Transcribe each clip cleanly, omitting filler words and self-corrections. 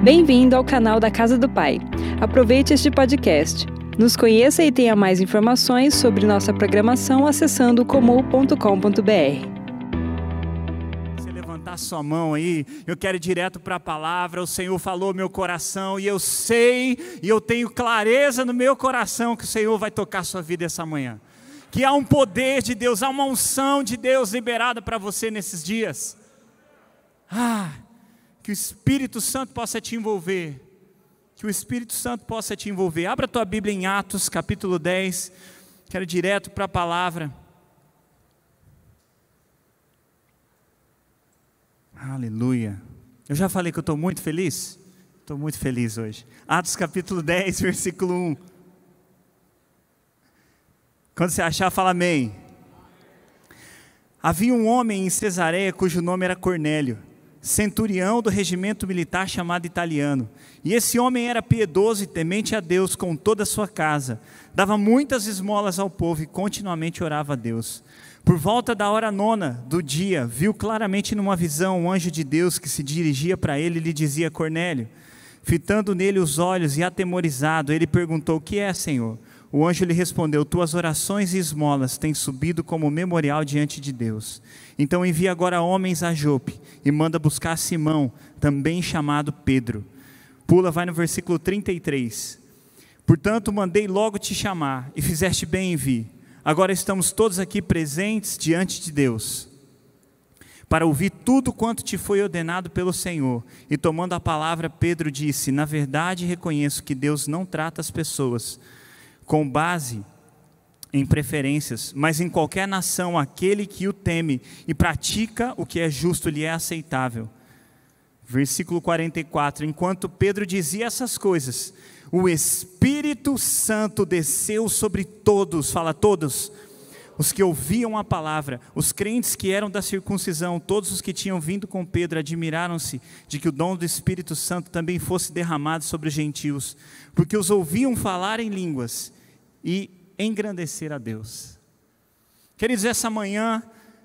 Bem-vindo ao canal da Casa do Pai. Aproveite este podcast. Nos conheça e tenha mais informações sobre nossa programação acessando comum.com.br. Você levantar sua mão aí, eu quero ir direto para a palavra. O Senhor falou no meu coração e eu sei, e eu tenho clareza no meu coração que o Senhor vai tocar sua vida essa manhã. Que há um poder de Deus, há uma unção de Deus liberada para você nesses dias. Que o Espírito Santo possa te envolver. Que o Espírito Santo possa te envolver. Abra a tua Bíblia em Atos, capítulo 10. Quero ir direto para a palavra. Aleluia. Eu já falei que eu estou muito feliz? Estou muito feliz hoje. Atos, capítulo 10, versículo 1. Quando você achar, fala amém. Havia um homem em Cesareia cujo nome era Cornélio, centurião do regimento militar chamado Italiano. E esse homem era piedoso e temente a Deus com toda a sua casa. Dava muitas esmolas ao povo e continuamente orava a Deus. Por volta da hora 9 do dia, viu claramente numa visão um anjo de Deus que se dirigia para ele e lhe dizia: Cornélio. Fitando nele os olhos e atemorizado, ele perguntou: o que é, Senhor? O anjo lhe respondeu: tuas orações e esmolas têm subido como memorial diante de Deus. Então envia agora homens a Jope e manda buscar Simão, também chamado Pedro. Vai no versículo 33. Portanto, mandei logo te chamar, e fizeste bem em vir. Agora estamos todos aqui presentes diante de Deus, para ouvir tudo quanto te foi ordenado pelo Senhor. E tomando a palavra, Pedro disse: na verdade reconheço que Deus não trata as pessoas com base em preferências, mas em qualquer nação aquele que o teme e pratica o que é justo lhe é aceitável. Versículo 44, enquanto Pedro dizia essas coisas, o Espírito Santo desceu sobre todos, fala todos, os que ouviam a palavra. Os crentes que eram da circuncisão, todos os que tinham vindo com Pedro, admiraram-se de que o dom do Espírito Santo também fosse derramado sobre os gentios, porque os ouviam falar em línguas e engrandecer a Deus. Queridos, essa manhã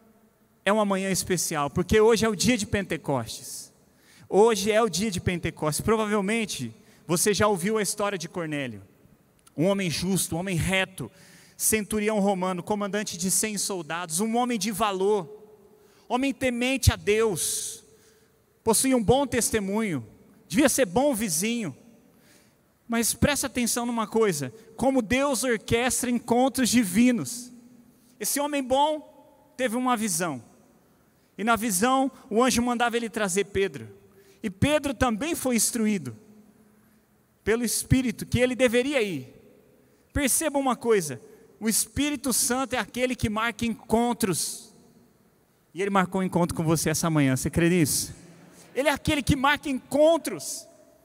é uma manhã especial, porque hoje é o dia de Pentecostes. Hoje é o dia de Pentecostes. Provavelmente você já ouviu a história de Cornélio, um homem justo, um homem reto, centurião romano, comandante de 100 soldados, um homem de valor, homem temente a Deus, possuía um bom testemunho, devia ser bom vizinho. Mas presta atenção numa coisa, como Deus orquestra encontros divinos. Esse homem bom teve uma visão, e na visão o anjo mandava ele trazer Pedro, e Pedro também foi instruído pelo Espírito que ele deveria ir. Perceba uma coisa, o Espírito Santo é aquele que marca encontros, e ele marcou um encontro com você essa manhã, você crê nisso? Ele é aquele que marca encontros.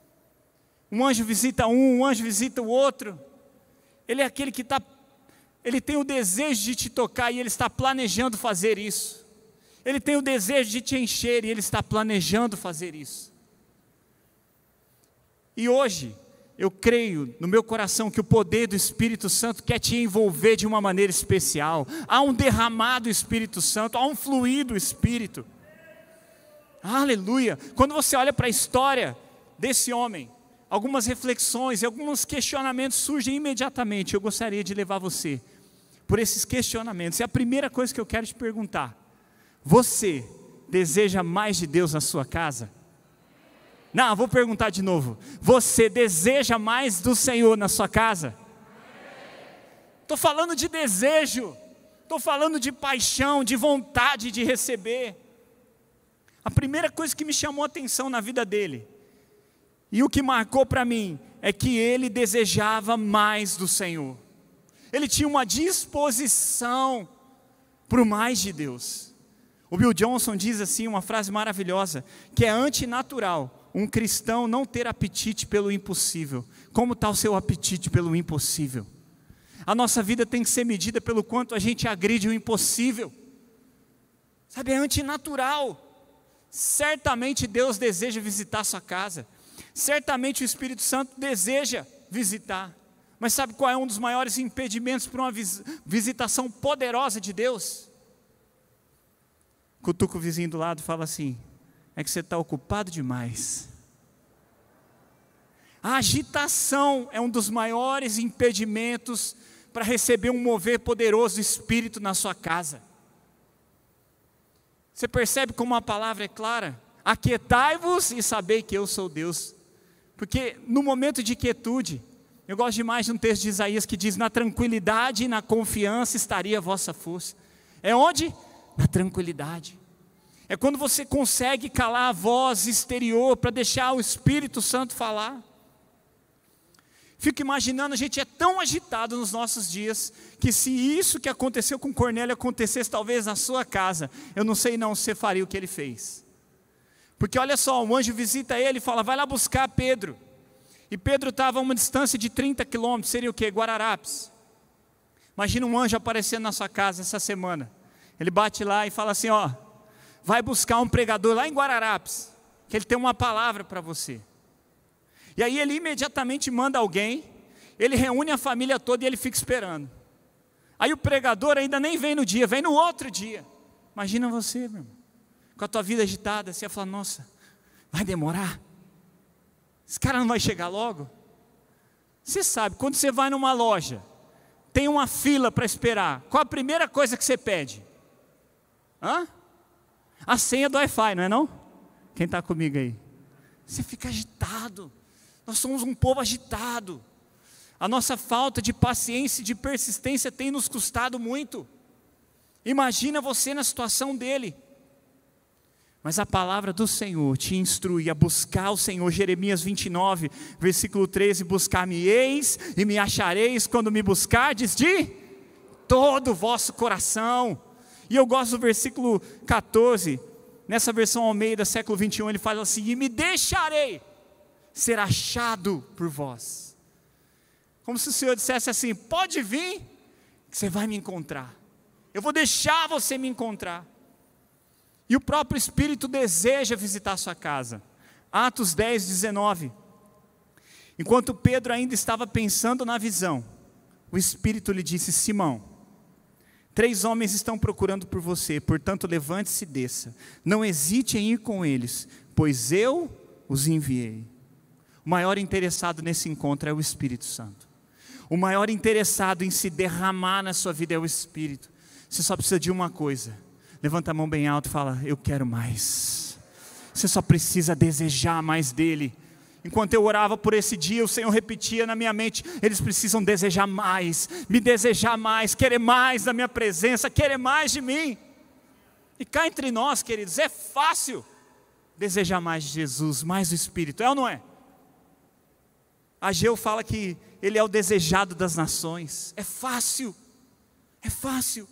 Um anjo visita um anjo visita o outro. Ele é aquele que ele tem o desejo de te tocar e ele está planejando fazer isso. Ele tem o desejo de te encher e ele está planejando fazer isso. E hoje, eu creio no meu coração que o poder do Espírito Santo quer te envolver de uma maneira especial. Há um derramado Espírito Santo, há um fluir do Espírito. Aleluia! Quando você olha para a história desse homem, algumas reflexões e alguns questionamentos surgem imediatamente. Eu gostaria de levar você por esses questionamentos. E a primeira coisa que eu quero te perguntar: você deseja mais de Deus na sua casa? Não, vou perguntar de novo. Você deseja mais do Senhor na sua casa? Estou falando de desejo, estou falando de paixão, de vontade de receber. A primeira coisa que me chamou a atenção na vida dele, e o que marcou para mim, é que ele desejava mais do Senhor. Ele tinha uma disposição para o mais de Deus. O Bill Johnson diz assim, uma frase maravilhosa, que é antinatural um cristão não ter apetite pelo impossível. Como está o seu apetite pelo impossível? A nossa vida tem que ser medida pelo quanto a gente agride o impossível. Sabe, é antinatural. Certamente Deus deseja visitar a sua casa. Certamente o Espírito Santo deseja visitar. Mas sabe qual é um dos maiores impedimentos para uma visitação poderosa de Deus? Cutuca o vizinho do lado e fala assim: é que você está ocupado demais. A agitação é um dos maiores impedimentos para receber um mover poderoso do Espírito na sua casa. Você percebe como a palavra é clara? Aquietai-vos e sabei que eu sou Deus. Porque no momento de quietude, eu gosto demais de um texto de Isaías que diz: na tranquilidade e na confiança estaria a vossa força. É onde? Na tranquilidade. É quando você consegue calar a voz exterior para deixar o Espírito Santo falar. Fico imaginando, a gente é tão agitado nos nossos dias, que se isso que aconteceu com Cornélio acontecesse talvez na sua casa, eu não sei não se você faria o que ele fez. Porque olha só, um anjo visita ele e fala: vai lá buscar Pedro. E Pedro estava a uma distância de 30 quilômetros, seria o quê? Guararapes. Imagina um anjo aparecendo na sua casa essa semana. Ele bate lá e fala assim: ó, vai buscar um pregador lá em Guararapes, que ele tem uma palavra para você. E aí ele imediatamente manda alguém, ele reúne a família toda e ele fica esperando. Aí o pregador ainda nem vem no dia, vem no outro dia. Imagina você, meu irmão, com a tua vida agitada, você ia falar: nossa, vai demorar? Esse cara não vai chegar logo? Você sabe, quando você vai numa loja, tem uma fila para esperar, qual a primeira coisa que você pede? A senha do Wi-Fi, não é não? Quem está comigo aí? Você fica agitado. Nós somos um povo agitado. A nossa falta de paciência e de persistência tem nos custado muito. Imagina você na situação dele. Mas a palavra do Senhor te instrui a buscar o Senhor. Jeremias 29, versículo 13: buscar-me-eis e me achareis quando me buscardes de todo o vosso coração. E eu gosto do versículo 14, nessa versão Almeida, século 21, ele fala assim: e me deixarei ser achado por vós. Como se o Senhor dissesse assim: pode vir, que você vai me encontrar. Eu vou deixar você me encontrar. E o próprio Espírito deseja visitar a sua casa. Atos 10, 19. Enquanto Pedro ainda estava pensando na visão, o Espírito lhe disse: Simão, 3 homens estão procurando por você, portanto levante-se e desça. Não hesite em ir com eles, pois eu os enviei. O maior interessado nesse encontro é o Espírito Santo. O maior interessado em se derramar na sua vida é o Espírito. Você só precisa de uma coisa: levanta a mão bem alto e fala: eu quero mais. Você só precisa desejar mais dele. Enquanto eu orava por esse dia, o Senhor repetia na minha mente: eles precisam desejar mais, me desejar mais, querer mais da minha presença, querer mais de mim. E cá entre nós, queridos, é fácil desejar mais de Jesus, mais do Espírito, é ou não é? Ageu fala que ele é o desejado das nações. É fácil, é fácil.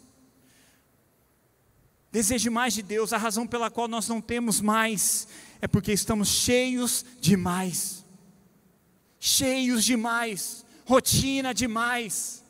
Deseje mais de Deus. A razão pela qual nós não temos mais é porque estamos cheios demais. Cheios demais. Rotina demais.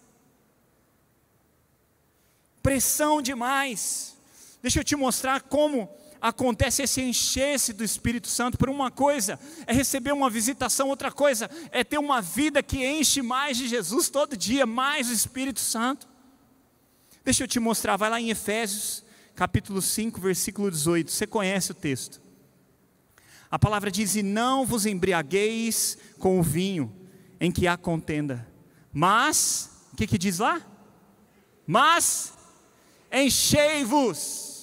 Pressão demais. Deixa eu te mostrar como acontece esse encher-se do Espírito Santo. Por uma coisa é receber uma visitação, outra coisa é ter uma vida que enche mais de Jesus todo dia, mais do Espírito Santo. Deixa eu te mostrar, vai lá em Efésios capítulo 5, versículo 18, você conhece o texto. A palavra diz: e não vos embriagueis com o vinho em que há contenda, mas, o que diz lá? Mas enchei-vos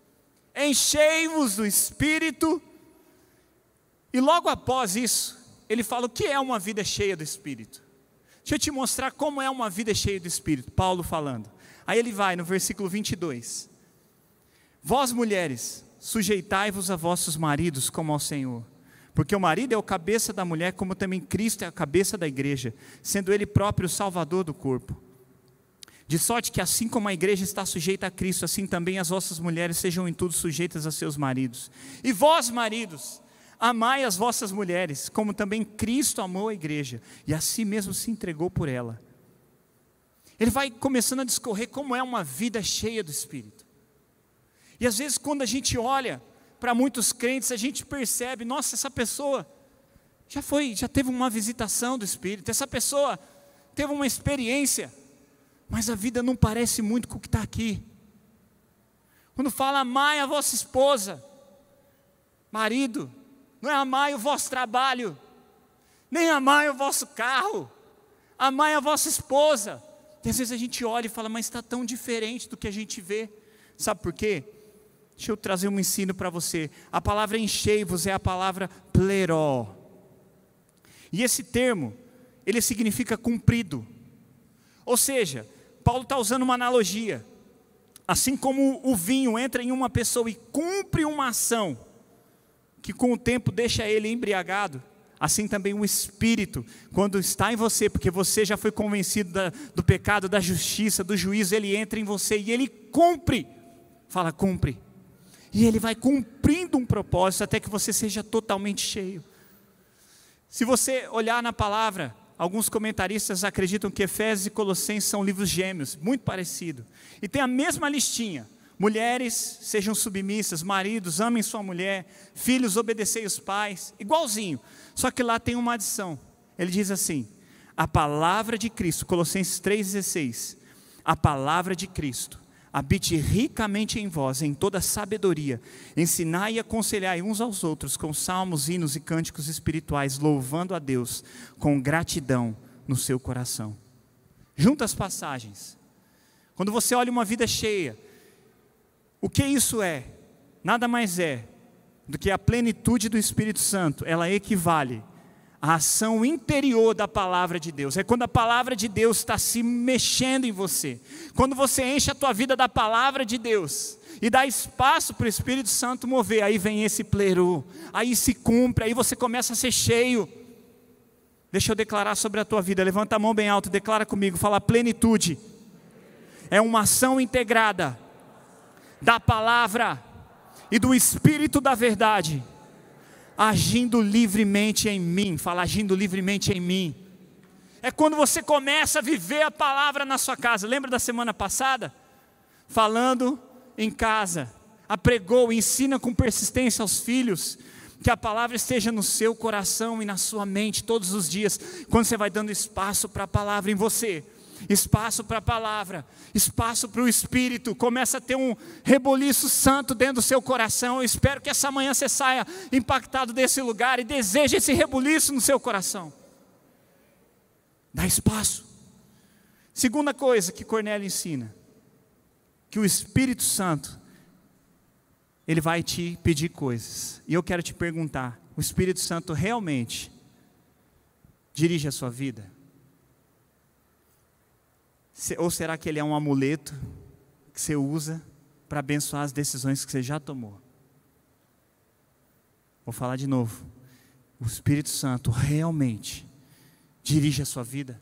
do Espírito. E logo após isso, ele fala o que é uma vida cheia do Espírito. Deixa eu te mostrar como é uma vida cheia do Espírito, Paulo falando. Aí ele vai no versículo 22. Vós mulheres, sujeitai-vos a vossos maridos como ao Senhor, porque o marido é o cabeça da mulher, como também Cristo é a cabeça da igreja, sendo ele próprio o salvador do corpo. De sorte que assim como a igreja está sujeita a Cristo, assim também as vossas mulheres sejam em tudo sujeitas a seus maridos. E vós, maridos, amai as vossas mulheres, como também Cristo amou a igreja, e a si mesmo se entregou por ela. Ele vai começando a discorrer como é uma vida cheia do Espírito. E às vezes quando a gente olha para muitos crentes, a gente percebe: nossa, essa pessoa já teve uma visitação do Espírito, essa pessoa teve uma experiência, mas a vida não parece muito com o que está aqui. Quando fala amai a vossa esposa, marido, não é amai o vosso trabalho. nem amai o vosso carro, amai a vossa esposa. E às vezes a gente olha e fala, mas está tão diferente do que a gente vê. Sabe por quê? Deixa eu trazer um ensino para você. A palavra enchei-vos é a palavra pleró. E esse termo, ele significa cumprido. Ou seja, Paulo está usando uma analogia. Assim como o vinho entra em uma pessoa e cumpre uma ação, que com o tempo deixa ele embriagado, assim também o Espírito, quando está em você, porque você já foi convencido do pecado, da justiça, do juízo, ele entra em você e ele cumpre. Fala, cumpre. E ele vai cumprindo um propósito até que você seja totalmente cheio. Se você olhar na palavra, alguns comentaristas acreditam que Efésios e Colossenses são livros gêmeos, muito parecidos. E tem a mesma listinha. Mulheres, sejam submissas, maridos, amem sua mulher, filhos, obedecei os pais, igualzinho. Só que lá tem uma adição. Ele diz assim, a palavra de Cristo, Colossenses 3,16, a palavra de Cristo habite ricamente em vós, em toda sabedoria, ensinai e aconselhai uns aos outros com salmos, hinos e cânticos espirituais, louvando a Deus com gratidão no seu coração. Junta as passagens. Quando você olha uma vida cheia, o que isso é? Nada mais é do que a plenitude do Espírito Santo. Ela equivale à ação interior da palavra de Deus. É quando a palavra de Deus está se mexendo em você. Quando você enche a tua vida da palavra de Deus e dá espaço para o Espírito Santo mover, aí vem esse plerô, aí se cumpre, aí você começa a ser cheio. Deixa eu declarar sobre a tua vida. Levanta a mão bem alto, declara comigo, fala plenitude. É uma ação integrada da palavra e do Espírito da verdade, agindo livremente em mim. Fala, agindo livremente em mim. É quando você começa a viver a palavra na sua casa. Lembra da semana passada? Falando em casa, apregou, ensina com persistência aos filhos, que a palavra esteja no seu coração e na sua mente todos os dias, quando você vai dando espaço para a palavra em você, espaço para a palavra, espaço para o Espírito, começa a ter um reboliço santo dentro do seu coração. Eu espero que essa manhã você saia impactado desse lugar e deseje esse reboliço no seu coração. Dá espaço. Segunda coisa que Cornélio ensina, que o Espírito Santo, ele vai te pedir coisas. E eu quero te perguntar, o Espírito Santo realmente dirige a sua vida? Ou será que ele é um amuleto que você usa para abençoar as decisões que você já tomou? Vou falar de novo. O Espírito Santo realmente dirige a sua vida?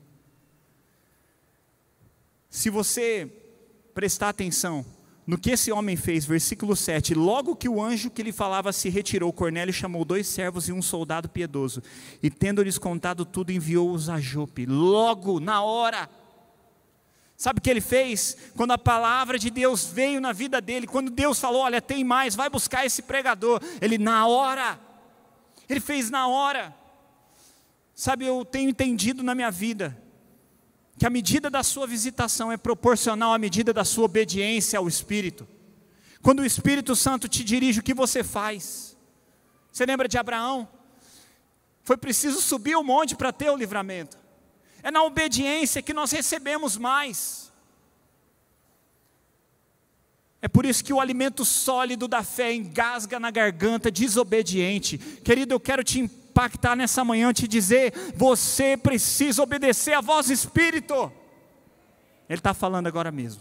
Se você prestar atenção no que esse homem fez, versículo 7, logo que o anjo que lhe falava se retirou, Cornélio chamou 2 servos e um soldado piedoso, e tendo-lhes contado tudo, enviou-os a Jope, logo, na hora. Sabe o que ele fez? Quando a palavra de Deus veio na vida dele, quando Deus falou, olha, tem mais, vai buscar esse pregador, ele na hora, ele fez na hora. Sabe, eu tenho entendido na minha vida, que a medida da sua visitação é proporcional à medida da sua obediência ao Espírito. Quando o Espírito Santo te dirige, o que você faz? Você lembra de Abraão? Foi preciso subir o monte para ter o livramento. É na obediência que nós recebemos mais. É por isso que o alimento sólido da fé engasga na garganta desobediente. Querido, eu quero te impactar nessa manhã, te dizer, você precisa obedecer a voz do Espírito. Ele está falando agora mesmo.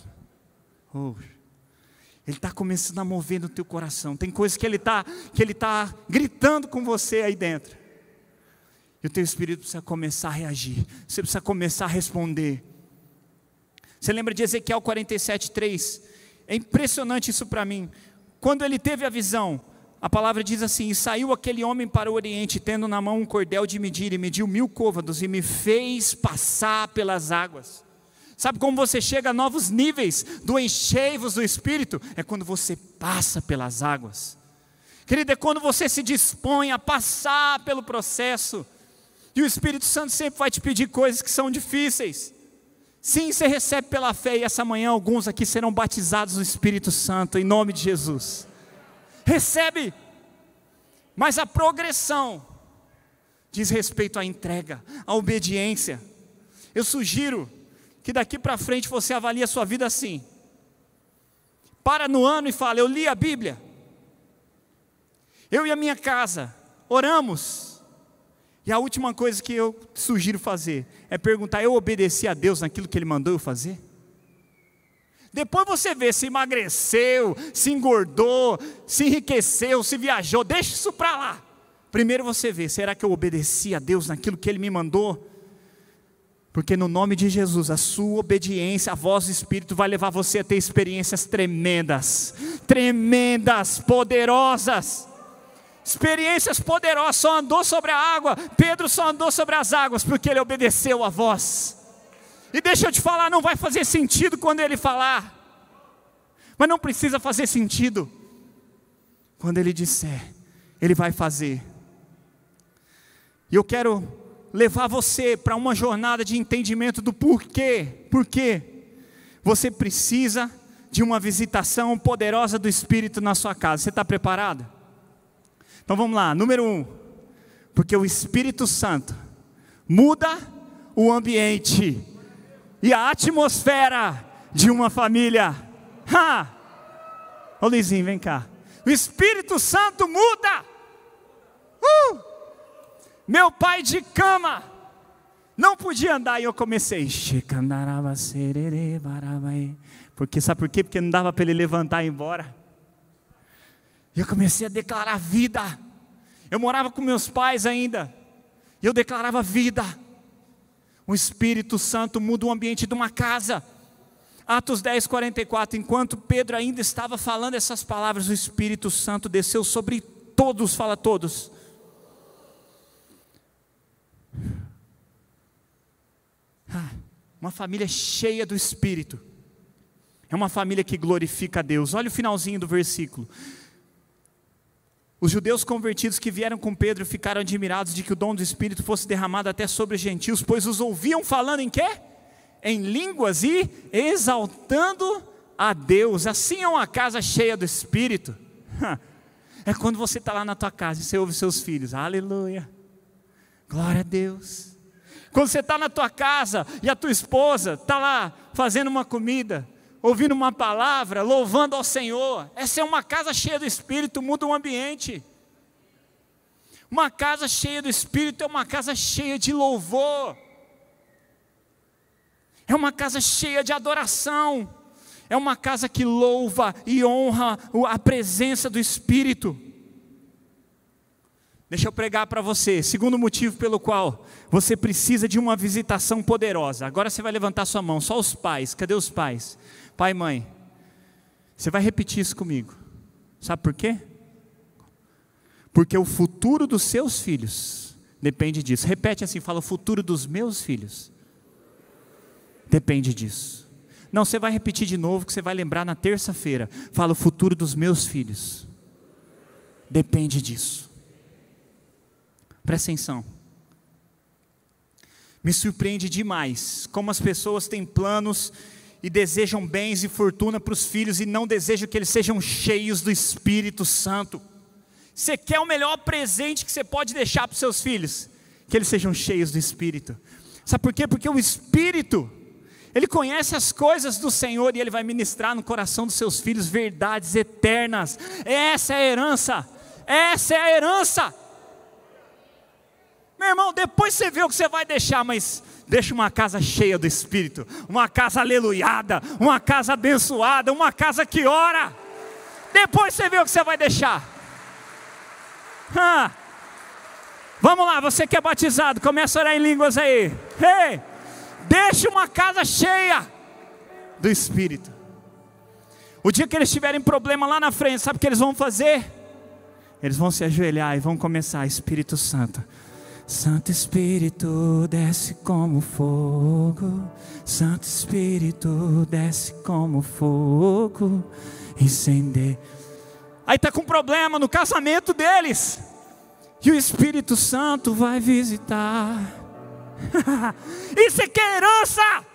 Ele está começando a mover no teu coração. Tem coisas que ele está gritando com você aí dentro. E o teu espírito precisa começar a reagir. Você precisa começar a responder. Você lembra de Ezequiel 47:3? É impressionante isso para mim. Quando ele teve a visão, a palavra diz assim: e saiu aquele homem para o oriente, tendo na mão um cordel de medir, e mediu 1000 côvados, e me fez passar pelas águas. Sabe como você chega a novos níveis do enchei-vos do Espírito? É quando você passa pelas águas. Querido, é quando você se dispõe a passar pelo processo. E o Espírito Santo sempre vai te pedir coisas que são difíceis. Sim, você recebe pela fé, e essa manhã alguns aqui serão batizados no Espírito Santo, em nome de Jesus. Recebe, mas a progressão diz respeito à entrega, à obediência. Eu sugiro que daqui para frente você avalie a sua vida assim. Para no ano e fala: eu li a Bíblia, eu e a minha casa oramos, e a última coisa que eu sugiro fazer é perguntar: eu obedeci a Deus naquilo que Ele mandou eu fazer? Depois você vê se emagreceu, se engordou, se enriqueceu, se viajou, deixa isso para lá. Primeiro você vê: será que eu obedeci a Deus naquilo que Ele me mandou? Porque no nome de Jesus, a sua obediência, a voz do Espírito vai levar você a ter experiências tremendas, poderosas. Experiências poderosas. Só andou sobre a água, Pedro só andou sobre as águas porque ele obedeceu a voz. E deixa eu te falar, não vai fazer sentido quando ele falar, mas não precisa fazer sentido. Quando ele disser, ele vai fazer. E eu quero levar você para uma jornada de entendimento do porquê. Por quê? Você precisa de uma visitação poderosa do Espírito na sua casa. Você está preparado? Então vamos lá, número 1. Porque o Espírito Santo muda o ambiente e a atmosfera de uma família. Ô Luizinho, vem cá. O Espírito Santo muda. Meu pai de cama não podia andar e eu comecei. Porque sabe por quê? Porque não dava para ele levantar e ir embora. E eu comecei a declarar vida. Eu morava com meus pais ainda, e eu declarava vida. O Espírito Santo muda o ambiente de uma casa. Atos 10, 44, enquanto Pedro ainda estava falando essas palavras, o Espírito Santo desceu sobre todos, fala todos. Uma família cheia do Espírito é uma família que glorifica a Deus. Olha o finalzinho do versículo. Os judeus convertidos que vieram com Pedro ficaram admirados de que o dom do Espírito fosse derramado até sobre os gentios, pois os ouviam falando em quê? Em línguas e exaltando a Deus. Assim é uma casa cheia do Espírito. É quando você está lá na tua casa e você ouve seus filhos, aleluia, glória a Deus. Quando você está na tua casa e a tua esposa está lá fazendo uma comida, ouvindo uma palavra, louvando ao Senhor. Essa é uma casa cheia do Espírito, muda o ambiente. Uma casa cheia do Espírito é uma casa cheia de louvor. É uma casa cheia de adoração. É uma casa que louva e honra a presença do Espírito. Deixa eu pregar para você, segundo motivo pelo qual você precisa de uma visitação poderosa. Agora você vai levantar sua mão, só os pais, cadê os pais? Pai e mãe, você vai repetir isso comigo. Sabe por quê? Porque o futuro dos seus filhos depende disso. Repete assim, fala: o futuro dos meus filhos depende disso. Não, você vai repetir de novo, que você vai lembrar na terça-feira. Fala: o futuro dos meus filhos depende disso. Presta atenção. Me surpreende demais como as pessoas têm planos e desejam bens e fortuna para os filhos e não desejam que eles sejam cheios do Espírito Santo. Você quer o melhor presente que você pode deixar para os seus filhos? Que eles sejam cheios do Espírito. Sabe por quê? Porque o Espírito, ele conhece as coisas do Senhor e ele vai ministrar no coração dos seus filhos verdades eternas. Essa é a herança. Essa é a herança. Meu irmão, depois você vê o que você vai deixar, mas deixa uma casa cheia do Espírito, uma casa aleluiada, uma casa abençoada, uma casa que ora. Depois você vê o que você vai deixar. Vamos lá, você que é batizado, começa a orar em línguas aí. Hey, deixa uma casa cheia do Espírito. O dia que eles tiverem problema lá na frente, sabe o que eles vão fazer? Eles vão se ajoelhar e vão começar: Espírito Santo, Santo Espírito, desce como fogo. Santo Espírito, desce como fogo, incender. Aí está com problema no casamento deles, e o Espírito Santo vai visitar. Isso é que é herança.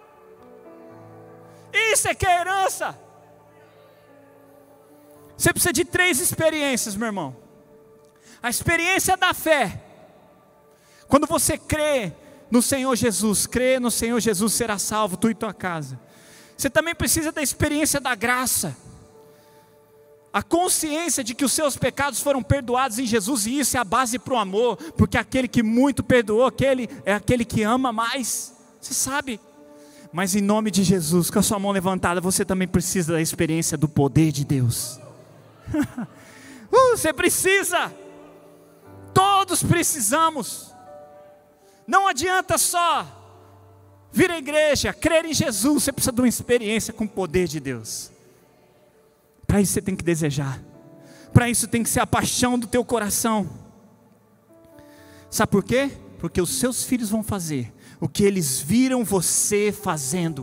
Isso é que é herança. Você precisa de 3 experiências, meu irmão. A experiência da fé, Quando você crê no Senhor Jesus, será salvo, tu e tua casa. Você também precisa da experiência da graça, a consciência de que os seus pecados foram perdoados em Jesus, e isso é a base para o amor, porque aquele que muito perdoou, é aquele que ama mais, você sabe. Mas em nome de Jesus, com a sua mão levantada, você também precisa da experiência do poder de Deus. Você precisa, todos precisamos. Não adianta só vir à igreja, crer em Jesus, você precisa de uma experiência com o poder de Deus. Para isso você tem que desejar, para isso tem que ser a paixão do teu coração. Sabe por quê? Porque os seus filhos vão fazer o que eles viram você fazendo.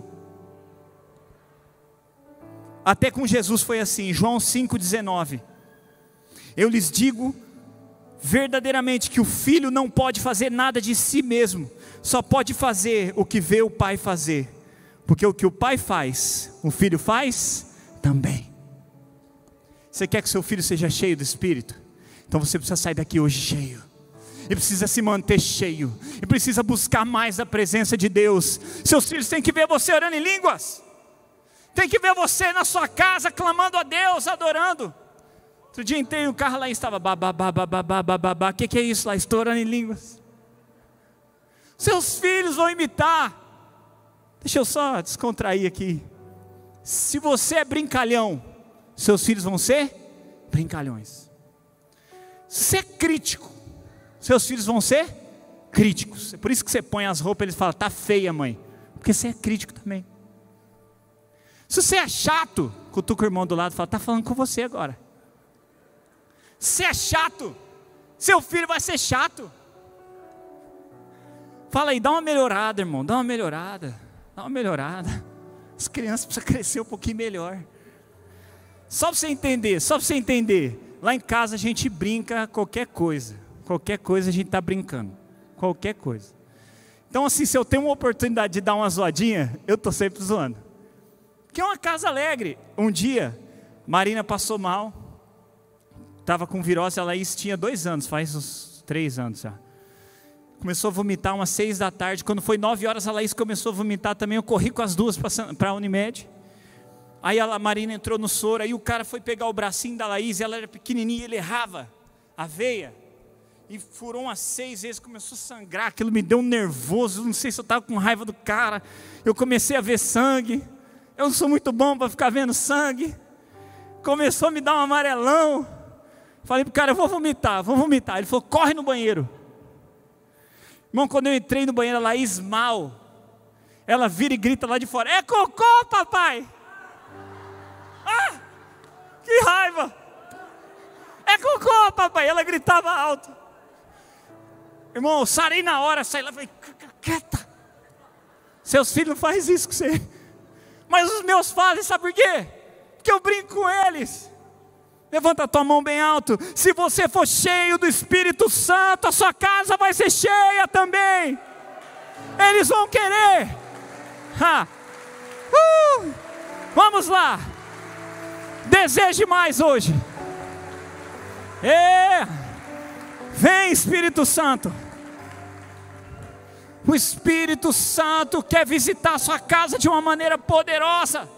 Até com Jesus foi assim, João 5,19. Eu lhes digo verdadeiramente que o filho não pode fazer nada de si mesmo, só pode fazer o que vê o pai fazer, porque o que o pai faz, o filho faz também. Você quer que seu filho seja cheio do Espírito? Então você precisa sair daqui hoje cheio, e precisa se manter cheio, e precisa buscar mais a presença de Deus. Seus filhos têm que ver você orando em línguas, tem que ver você na sua casa clamando a Deus, adorando. Outro dia entrei no carro lá e estava o que é isso lá? Estou orando em línguas. Seus filhos vão imitar. Deixa eu só descontrair aqui. Se você é brincalhão, seus filhos vão ser brincalhões. Se você é crítico, seus filhos vão ser críticos. É por isso que você põe as roupas e eles falam, tá feia, mãe, porque você é crítico também. Se você é chato, cutuca o irmão do lado e fala, tá falando com você agora. Se é chato, seu filho vai ser chato. Fala aí, dá uma melhorada, irmão, dá uma melhorada. As crianças precisam crescer um pouquinho melhor. Só para você entender, lá em casa a gente brinca qualquer coisa a gente está brincando, qualquer coisa. Então assim, se eu tenho uma oportunidade de dar uma zoadinha, eu estou sempre zoando, que é uma casa alegre. Um dia, Marina passou mal, estava com virose, a Laís tinha 2 anos, faz uns 3 anos já. Começou a vomitar umas 6 da tarde, quando foi 9 horas a Laís começou a vomitar também, eu corri com as duas para a Unimed. Aí a Marina entrou no soro, aí o cara foi pegar o bracinho da Laís, ela era pequenininha, ele errava a veia, e furou umas 6 vezes, começou a sangrar, aquilo me deu um nervoso, não sei se eu estava com raiva do cara, eu comecei a ver sangue, eu não sou muito bom para ficar vendo sangue, começou a me dar um amarelão, falei para o cara, eu vou vomitar, ele falou, corre no banheiro. Irmão, quando eu entrei no banheiro, a Laís mal, ela vira e grita lá de fora, é cocô, papai! Ah, que raiva! É cocô, papai! Ela gritava alto. Irmão, eu sarei na hora, saí lá e falei, quieta. Seus filhos não fazem isso com você. Mas os meus fazem, sabe por quê? Porque eu brinco com eles. Levanta a tua mão bem alto. Se você for cheio do Espírito Santo, a sua casa vai ser cheia também. Eles vão querer. Vamos lá. Deseje mais hoje. Vem, Espírito Santo. O Espírito Santo quer visitar a sua casa de uma maneira poderosa.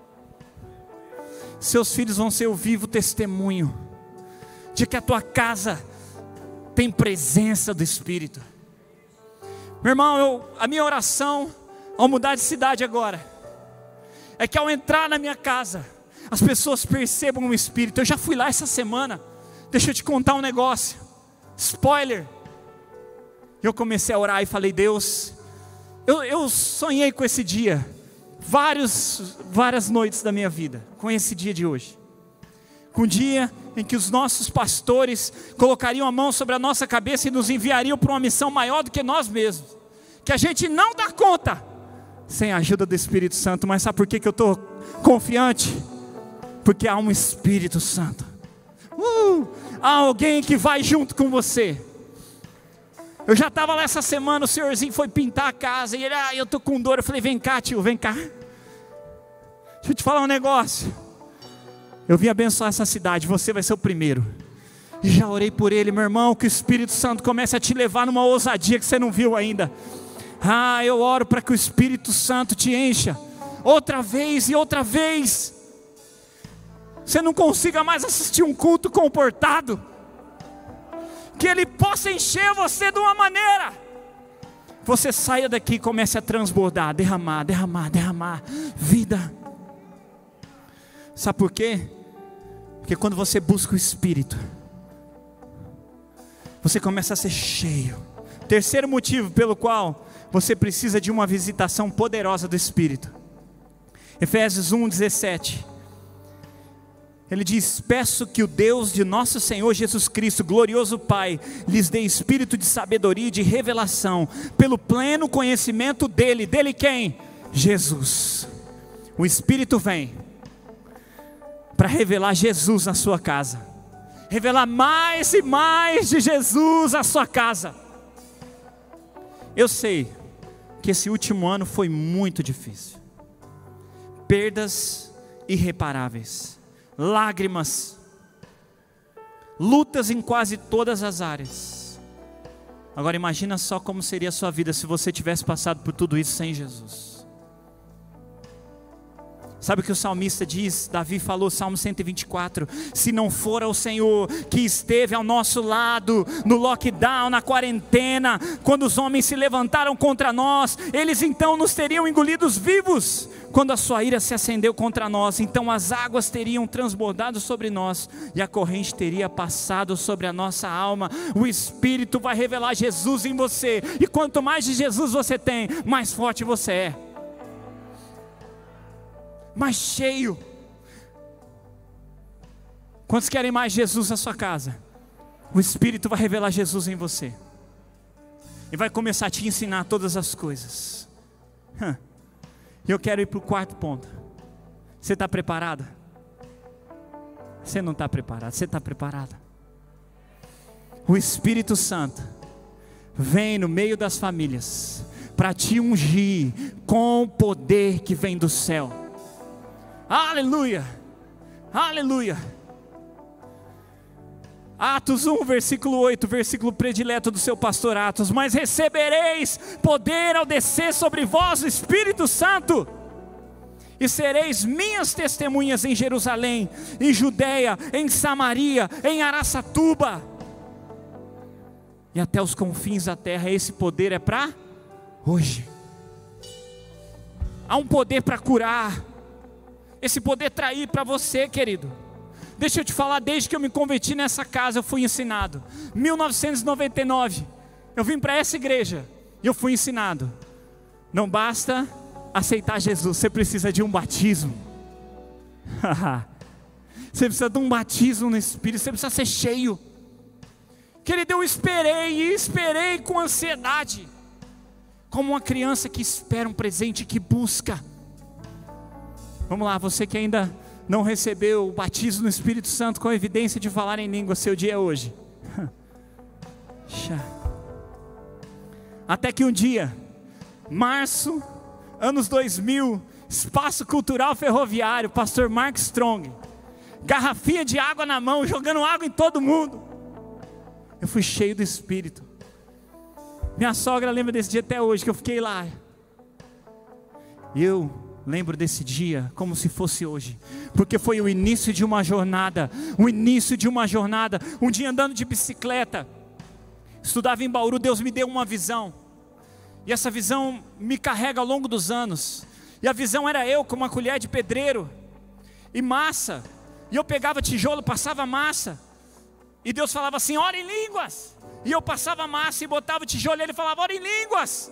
Seus filhos vão ser o vivo testemunho de que a tua casa tem presença do Espírito. Meu irmão, a minha oração ao mudar de cidade agora é que ao entrar na minha casa as pessoas percebam o Espírito. Eu já fui lá essa semana, deixa eu te contar um negócio, spoiler. Eu comecei a orar e falei, Deus, eu sonhei com esse dia, várias noites da minha vida, com esse dia de hoje, com o dia em que os nossos pastores colocariam a mão sobre a nossa cabeça e nos enviariam para uma missão maior do que nós mesmos, que a gente não dá conta, sem a ajuda do Espírito Santo. Mas sabe por que eu estou confiante? Porque há um Espírito Santo, há alguém que vai junto com você. Eu já estava lá essa semana, o senhorzinho foi pintar a casa, e ele, eu estou com dor, eu falei, vem cá tio, vem cá, deixa eu te falar um negócio, eu vim abençoar essa cidade, você vai ser o primeiro, E já orei por ele, meu irmão, que o Espírito Santo comece a te levar numa ousadia que você não viu ainda. Eu oro para que o Espírito Santo te encha, outra vez e outra vez. Você não consiga mais assistir um culto comportado. Que ele possa encher você de uma maneira. Você saia daqui e comece a transbordar, derramar vida. Sabe por quê? Porque quando você busca o Espírito, você começa a ser cheio. Terceiro motivo pelo qual você precisa de uma visitação poderosa do Espírito. Efésios 1:17. Ele diz: peço que o Deus de nosso Senhor Jesus Cristo, glorioso Pai, lhes dê espírito de sabedoria e de revelação, pelo pleno conhecimento dele. Dele quem? Jesus. O Espírito vem para revelar Jesus na sua casa, revelar mais e mais de Jesus à sua casa. Eu sei que esse último ano foi muito difícil, perdas irreparáveis, lágrimas, lutas em quase todas as áreas. Agora imagina só como seria a sua vida se você tivesse passado por tudo isso sem Jesus. Sabe o que o salmista diz? Davi falou, Salmo 124: se não for o Senhor que esteve ao nosso lado, no lockdown, na quarentena, quando os homens se levantaram contra nós, eles então nos teriam engolidos vivos. Quando a sua ira se acendeu contra nós, então as águas teriam transbordado sobre nós, e a corrente teria passado sobre a nossa alma. O Espírito vai revelar Jesus em você, e quanto mais de Jesus você tem, mais forte você é, mais cheio. Quantos querem mais Jesus na sua casa? O Espírito vai revelar Jesus em você, e vai começar a te ensinar todas as coisas. Eu quero ir para o quarto ponto. Você está preparado? Você não está preparado, você está preparado? O Espírito Santo vem no meio das famílias para te ungir com o poder que vem do céu. Aleluia, aleluia. Atos 1, versículo 8, versículo predileto do seu pastor Atos: mas recebereis poder ao descer sobre vós o Espírito Santo, e sereis minhas testemunhas em Jerusalém, em Judeia, em Samaria, em Araçatuba, e até os confins da terra. Esse poder é para hoje. Há um poder para curar. Esse poder trair para você, querido. Deixa eu te falar, desde que eu me converti nessa casa, eu fui ensinado. 1999, eu vim para essa igreja e eu fui ensinado: não basta aceitar Jesus, você precisa de um batismo. Você precisa de um batismo no Espírito, você precisa ser cheio. Querido, eu esperei com ansiedade, como uma criança que espera um presente, que busca. Vamos lá, você que ainda não recebeu o batismo no Espírito Santo com evidência de falar em língua, seu dia é hoje. Até que um dia, março, anos 2000, Espaço Cultural Ferroviário, pastor Mark Strong, garrafinha de água na mão, jogando água em todo mundo. Eu fui cheio do Espírito. Minha sogra lembra desse dia até hoje, que eu fiquei lá. E eu lembro desse dia como se fosse hoje, porque foi o início de uma jornada. Um dia andando de bicicleta, estudava em Bauru, Deus me deu uma visão, e essa visão me carrega ao longo dos anos. E a visão era eu com uma colher de pedreiro e massa, e eu pegava tijolo, passava massa, e Deus falava assim: ora em línguas. E eu passava massa e botava o tijolo, e Ele falava: ora em línguas.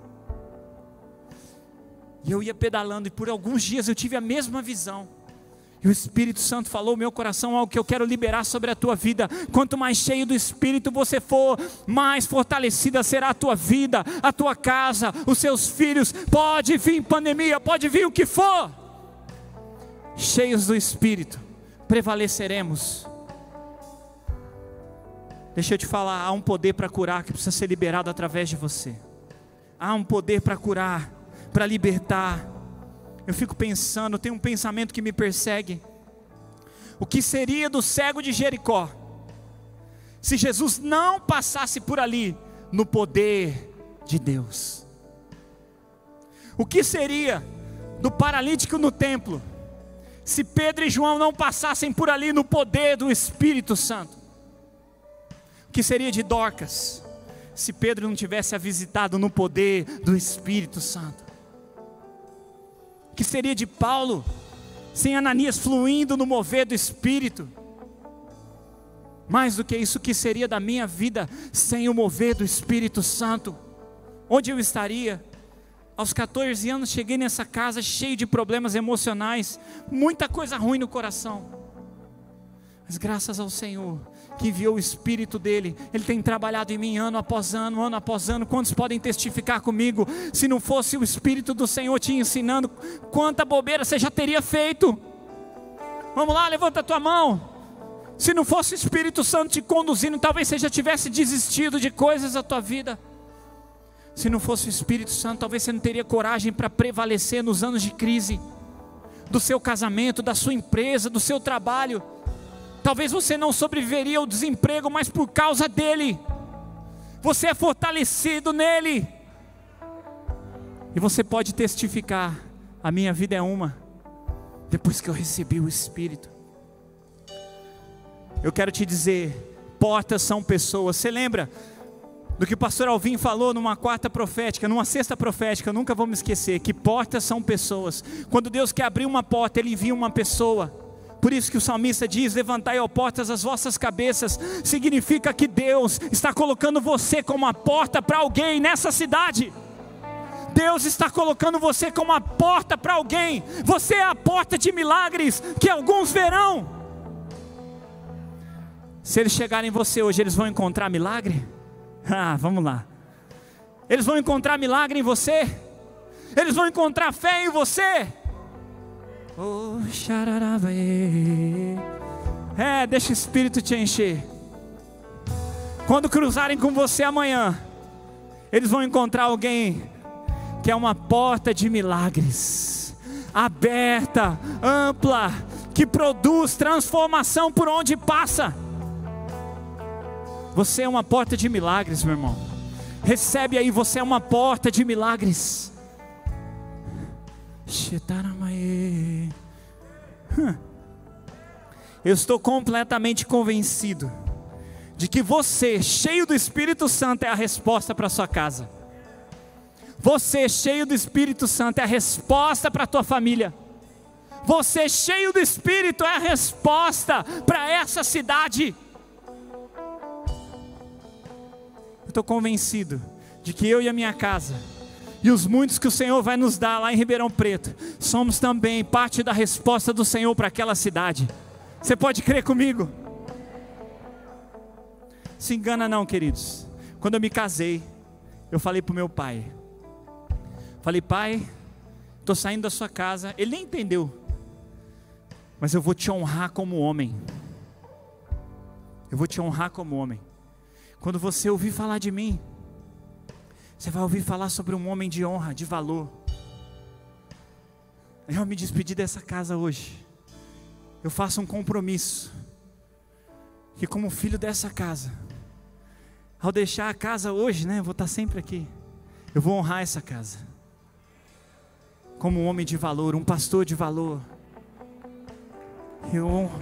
E eu ia pedalando, e por alguns dias eu tive a mesma visão. E o Espírito Santo falou ao meu coração algo que eu quero liberar sobre a tua vida. Quanto mais cheio do Espírito você for, mais fortalecida será a tua vida, a tua casa, os seus filhos. Pode vir pandemia, pode vir o que for, cheios do Espírito, prevaleceremos. Deixa eu te falar, há um poder para curar que precisa ser liberado através de você. Há um poder para curar, para libertar. Eu fico pensando, tem um pensamento que me persegue: o que seria do cego de Jericó se Jesus não passasse por ali, no poder de Deus? O que seria do paralítico no templo, se Pedro e João não passassem por ali no poder do Espírito Santo? O que seria de Dorcas, se Pedro não tivesse a visitado no poder do Espírito Santo? O que seria de Paulo, sem Ananias fluindo no mover do Espírito? Mais do que isso, o que seria da minha vida sem o mover do Espírito Santo? Onde eu estaria? Aos 14 anos cheguei nessa casa cheio de problemas emocionais, muita coisa ruim no coração. Mas graças ao Senhor, que enviou o Espírito dEle, Ele tem trabalhado em mim ano após ano, ano após ano. Quantos podem testificar comigo? Se não fosse o Espírito do Senhor te ensinando, quanta bobeira você já teria feito. Vamos lá, levanta a tua mão. Se não fosse o Espírito Santo te conduzindo, talvez você já tivesse desistido de coisas da tua vida. Se não fosse o Espírito Santo, talvez você não teria coragem para prevalecer nos anos de crise, do seu casamento, da sua empresa, do seu trabalho. Talvez você não sobreviveria ao desemprego, mas por causa dele, você é fortalecido nele. E você pode testificar: a minha vida é uma, depois que eu recebi o Espírito. Eu quero te dizer, portas são pessoas. Você lembra do que o pastor Alvim falou numa quarta profética, numa sexta profética? Eu nunca vou me esquecer, que portas são pessoas. Quando Deus quer abrir uma porta, Ele envia uma pessoa. Por isso que o salmista diz: levantai, ó portas, as vossas cabeças. Significa que Deus está colocando você como a porta para alguém nessa cidade. Deus está colocando você como a porta para alguém. Você é a porta de milagres que alguns verão. Se eles chegarem em você hoje, eles vão encontrar milagre? Vamos lá. Eles vão encontrar milagre em você? Eles vão encontrar fé em você? Deixa o Espírito te encher. Quando cruzarem com você amanhã, eles vão encontrar alguém que é uma porta de milagres, aberta, ampla, que produz transformação por onde passa. Você é uma porta de milagres, meu irmão. Recebe aí, você é uma porta de milagres. Eu estou completamente convencido de que você, cheio do Espírito Santo, é a resposta para a sua casa. Você, cheio do Espírito Santo, é a resposta para a tua família. Você, cheio do Espírito, é a resposta para essa cidade. Estou convencido de que eu e a minha casa, e os muitos que o Senhor vai nos dar lá em Ribeirão Preto, somos também parte da resposta do Senhor para aquela cidade. Você pode crer comigo? Se engana não, queridos. Quando eu me casei, eu falei para o meu pai, falei: pai, estou saindo da sua casa. Ele nem entendeu, mas eu vou te honrar como homem. Eu vou te honrar como homem. Quando você ouvir falar de mim, você vai ouvir falar sobre um homem de honra, de valor. Eu me despedi dessa casa hoje. Eu faço um compromisso, que como filho dessa casa, ao deixar a casa hoje, eu vou estar sempre aqui. Eu vou honrar essa casa, como um homem de valor, um pastor de valor. Eu honro.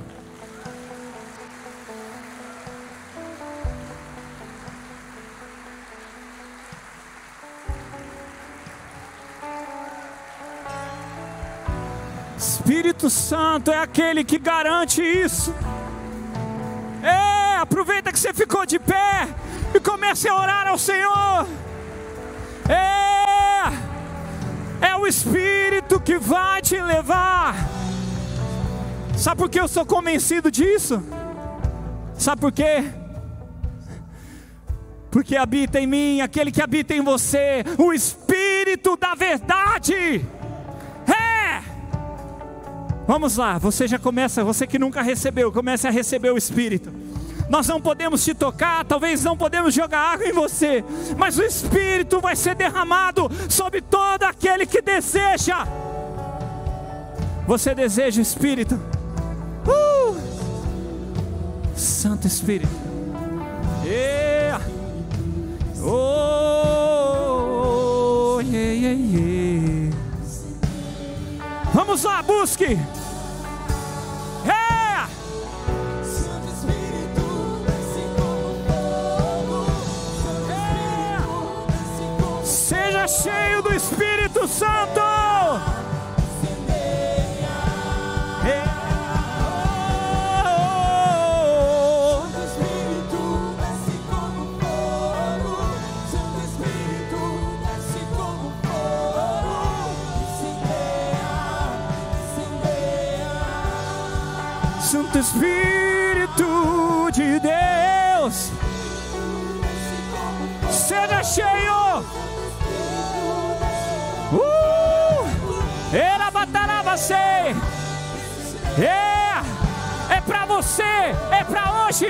Espírito Santo é aquele que garante isso. Aproveita que você ficou de pé e comece a orar ao Senhor. É o Espírito que vai te levar. Sabe por que eu sou convencido disso? Sabe por quê? Porque habita em mim aquele que habita em você, o Espírito da verdade. Vamos lá, você já começa, você que nunca recebeu, comece a receber o Espírito. Nós não podemos te tocar, talvez não podemos jogar água em você, mas o Espírito vai ser derramado sobre todo aquele que deseja. Você deseja o Espírito? Santo Espírito, Yeah. Oh, yeah, yeah, yeah. Vamos lá, busque. Yeah. Seja cheio do Espírito Santo. Santo Espírito de Deus, seja cheio. Era batarabacê. É pra você, é pra hoje.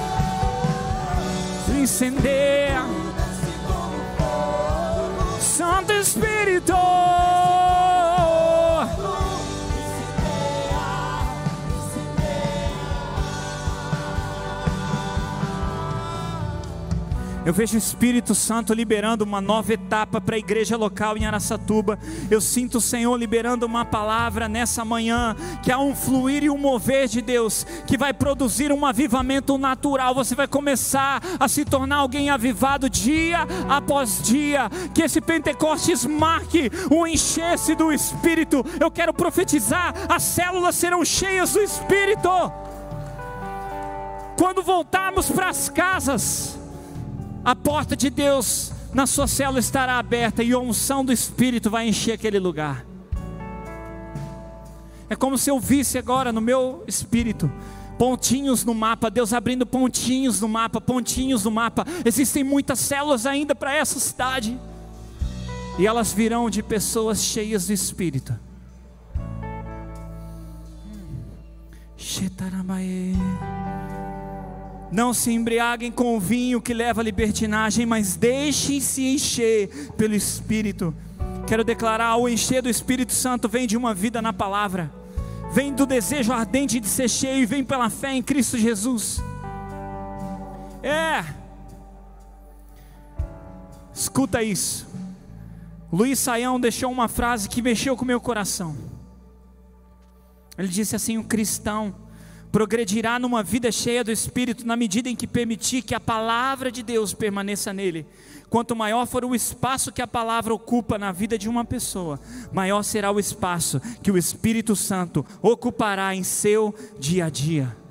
Incendeia, Santo Espírito. Eu vejo o Espírito Santo liberando uma nova etapa para a igreja local em Araçatuba. Eu sinto o Senhor liberando uma palavra nessa manhã, que há um fluir e um mover de Deus, que vai produzir um avivamento natural. Você vai começar a se tornar alguém avivado dia após dia. Que esse Pentecostes marque o encher-se do Espírito. Eu quero profetizar, as células serão cheias do Espírito. Quando voltarmos para as casas, a porta de Deus na sua célula estará aberta e a unção do Espírito vai encher aquele lugar. É como se eu visse agora no meu espírito pontinhos no mapa, Deus abrindo pontinhos no mapa, pontinhos no mapa. Existem muitas células ainda para essa cidade, e elas virão de pessoas cheias do Espírito. Não se embriaguem com o vinho que leva à libertinagem, mas deixem-se encher pelo Espírito. Quero declarar, o encher do Espírito Santo vem de uma vida na palavra, vem do desejo ardente de ser cheio, e vem pela fé em Cristo Jesus. Escuta isso. Luiz Saião deixou uma frase que mexeu com o meu coração. Ele disse assim: o cristão progredirá numa vida cheia do Espírito na medida em que permitir que a palavra de Deus permaneça nele. Quanto maior for o espaço que a palavra ocupa na vida de uma pessoa, maior será o espaço que o Espírito Santo ocupará em seu dia a dia.